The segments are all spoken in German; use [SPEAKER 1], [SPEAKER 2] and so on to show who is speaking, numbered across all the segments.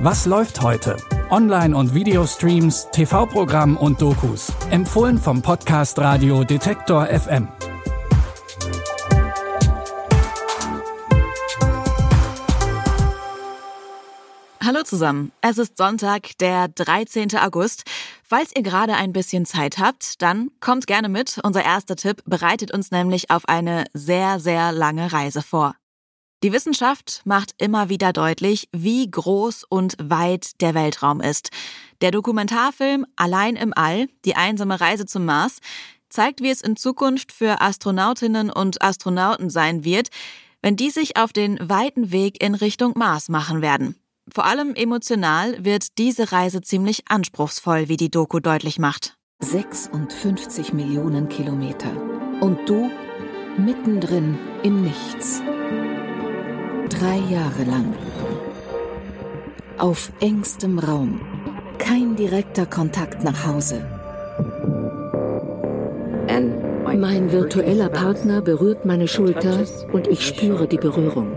[SPEAKER 1] Was läuft heute? Online- und Videostreams, TV-Programm und Dokus. Empfohlen vom Podcast Radio Detektor FM.
[SPEAKER 2] Hallo zusammen, es ist Sonntag, der 13. August. Falls ihr gerade ein bisschen Zeit habt, dann kommt gerne mit. Unser erster Tipp bereitet uns nämlich auf eine sehr, sehr lange Reise vor. Die Wissenschaft macht immer wieder deutlich, wie groß und weit der Weltraum ist. Der Dokumentarfilm Allein im All, die einsame Reise zum Mars, zeigt, wie es in Zukunft für Astronautinnen und Astronauten sein wird, wenn die sich auf den weiten Weg in Richtung Mars machen werden. Vor allem emotional wird diese Reise ziemlich anspruchsvoll, wie die Doku deutlich macht.
[SPEAKER 3] 56 Millionen Kilometer. Und du mittendrin im Nichts. 3 Jahre lang. Auf engstem Raum. Kein direkter Kontakt nach Hause. Mein virtueller Partner berührt meine Schulter und ich spüre die Berührung.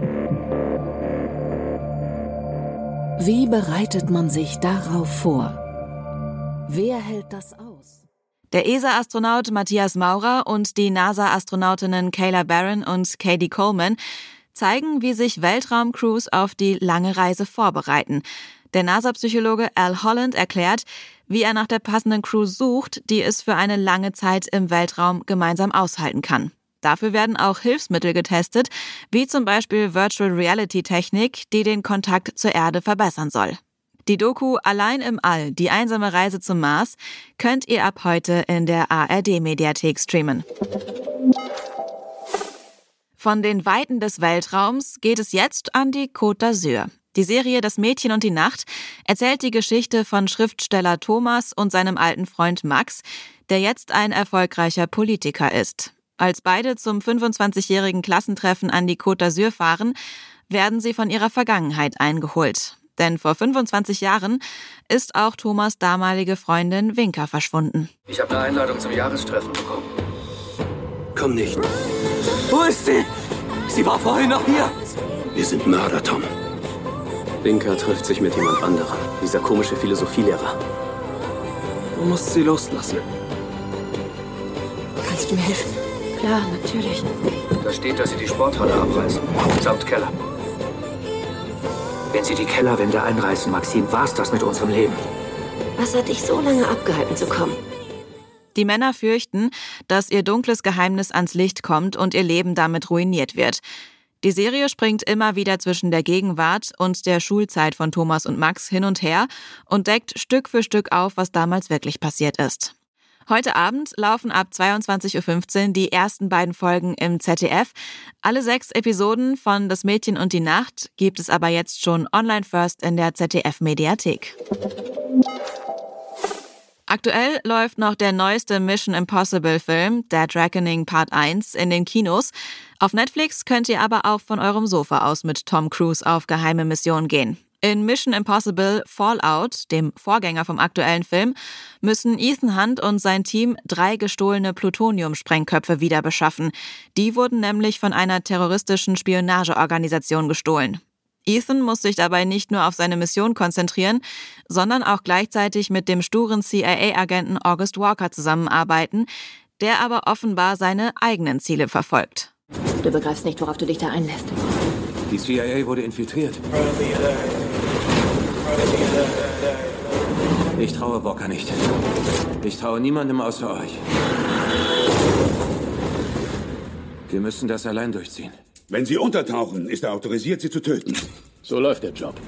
[SPEAKER 3] Wie bereitet man sich darauf vor? Wer hält das aus?
[SPEAKER 2] Der ESA-Astronaut Matthias Maurer und die NASA-Astronautinnen Kayla Barron und Cady Coleman zeigen, wie sich Weltraumcrews auf die lange Reise vorbereiten. Der NASA-Psychologe Al Holland erklärt, wie er nach der passenden Crew sucht, die es für eine lange Zeit im Weltraum gemeinsam aushalten kann. Dafür werden auch Hilfsmittel getestet, wie zum Beispiel Virtual Reality Technik, die den Kontakt zur Erde verbessern soll. Die Doku Allein im All, die einsame Reise zum Mars, könnt ihr ab heute in der ARD-Mediathek streamen. Von den Weiten des Weltraums geht es jetzt an die Côte d'Azur. Die Serie Das Mädchen und die Nacht erzählt die Geschichte von Schriftsteller Thomas und seinem alten Freund Max, der jetzt ein erfolgreicher Politiker ist. Als beide zum 25-jährigen Klassentreffen an die Côte d'Azur fahren, werden sie von ihrer Vergangenheit eingeholt. Denn vor 25 Jahren ist auch Thomas' damalige Freundin Winka verschwunden.
[SPEAKER 4] Ich habe eine Einladung zum Jahrestreffen bekommen.
[SPEAKER 5] Komm nicht.
[SPEAKER 6] Wo ist sie? Sie war vorhin noch hier.
[SPEAKER 5] Wir sind Mörder, Tom. Winka trifft sich mit jemand anderem. Dieser komische Philosophielehrer.
[SPEAKER 6] Du musst sie loslassen.
[SPEAKER 3] Kannst du mir helfen? Klar, natürlich.
[SPEAKER 4] Da steht, dass sie die Sporthalle abreißen. Samt Keller. Wenn sie die Kellerwände einreißen, Maxine, war's das mit unserem Leben.
[SPEAKER 7] Was hat dich so lange abgehalten zu kommen?
[SPEAKER 2] Die Männer fürchten, dass ihr dunkles Geheimnis ans Licht kommt und ihr Leben damit ruiniert wird. Die Serie springt immer wieder zwischen der Gegenwart und der Schulzeit von Thomas und Max hin und her und deckt Stück für Stück auf, was damals wirklich passiert ist. Heute Abend laufen ab 22.15 Uhr die ersten beiden Folgen im ZDF. Alle 6 Episoden von Das Mädchen und die Nacht gibt es aber jetzt schon online first in der ZDF-Mediathek. Aktuell läuft noch der neueste Mission Impossible-Film, Dead Reckoning Part 1, in den Kinos. Auf Netflix könnt ihr aber auch von eurem Sofa aus mit Tom Cruise auf geheime Missionen gehen. In Mission Impossible Fallout, dem Vorgänger vom aktuellen Film, müssen Ethan Hunt und sein Team 3 gestohlene Plutonium-Sprengköpfe wieder beschaffen. Die wurden nämlich von einer terroristischen Spionageorganisation gestohlen. Ethan muss sich dabei nicht nur auf seine Mission konzentrieren, sondern auch gleichzeitig mit dem sturen CIA-Agenten August Walker zusammenarbeiten, der aber offenbar seine eigenen Ziele verfolgt.
[SPEAKER 7] Du begreifst nicht, worauf du dich da einlässt.
[SPEAKER 5] Die CIA wurde infiltriert. Ich traue Walker nicht. Ich traue niemandem außer euch. Wir müssen das allein durchziehen.
[SPEAKER 8] Wenn Sie untertauchen, ist er autorisiert, Sie zu töten.
[SPEAKER 5] So läuft der Job.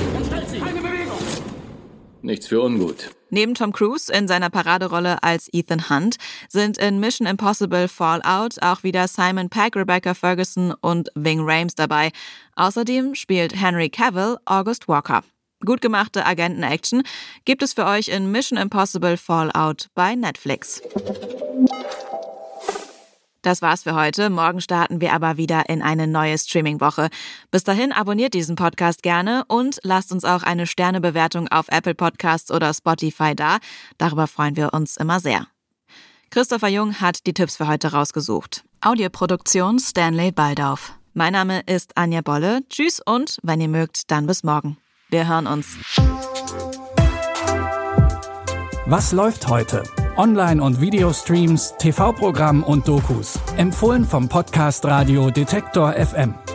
[SPEAKER 5] Nichts für ungut.
[SPEAKER 2] Neben Tom Cruise in seiner Paraderolle als Ethan Hunt sind in Mission Impossible Fallout auch wieder Simon Pegg, Rebecca Ferguson und Ving Rhames dabei. Außerdem spielt Henry Cavill August Walker. Gut gemachte Agenten-Action gibt es für euch in Mission Impossible Fallout bei Netflix. Das war's für heute. Morgen starten wir aber wieder in eine neue Streaming-Woche. Bis dahin abonniert diesen Podcast gerne und lasst uns auch eine Sternebewertung auf Apple Podcasts oder Spotify da. Darüber freuen wir uns immer sehr. Christopher Jung hat die Tipps für heute rausgesucht. Audioproduktion Stanley Baldauf. Mein Name ist Anja Bolle. Tschüss und, wenn ihr mögt, dann bis morgen. Wir hören uns.
[SPEAKER 1] Was läuft heute? Online- und Videostreams, TV-Programm und Dokus. Empfohlen vom Podcast Radio Detektor FM.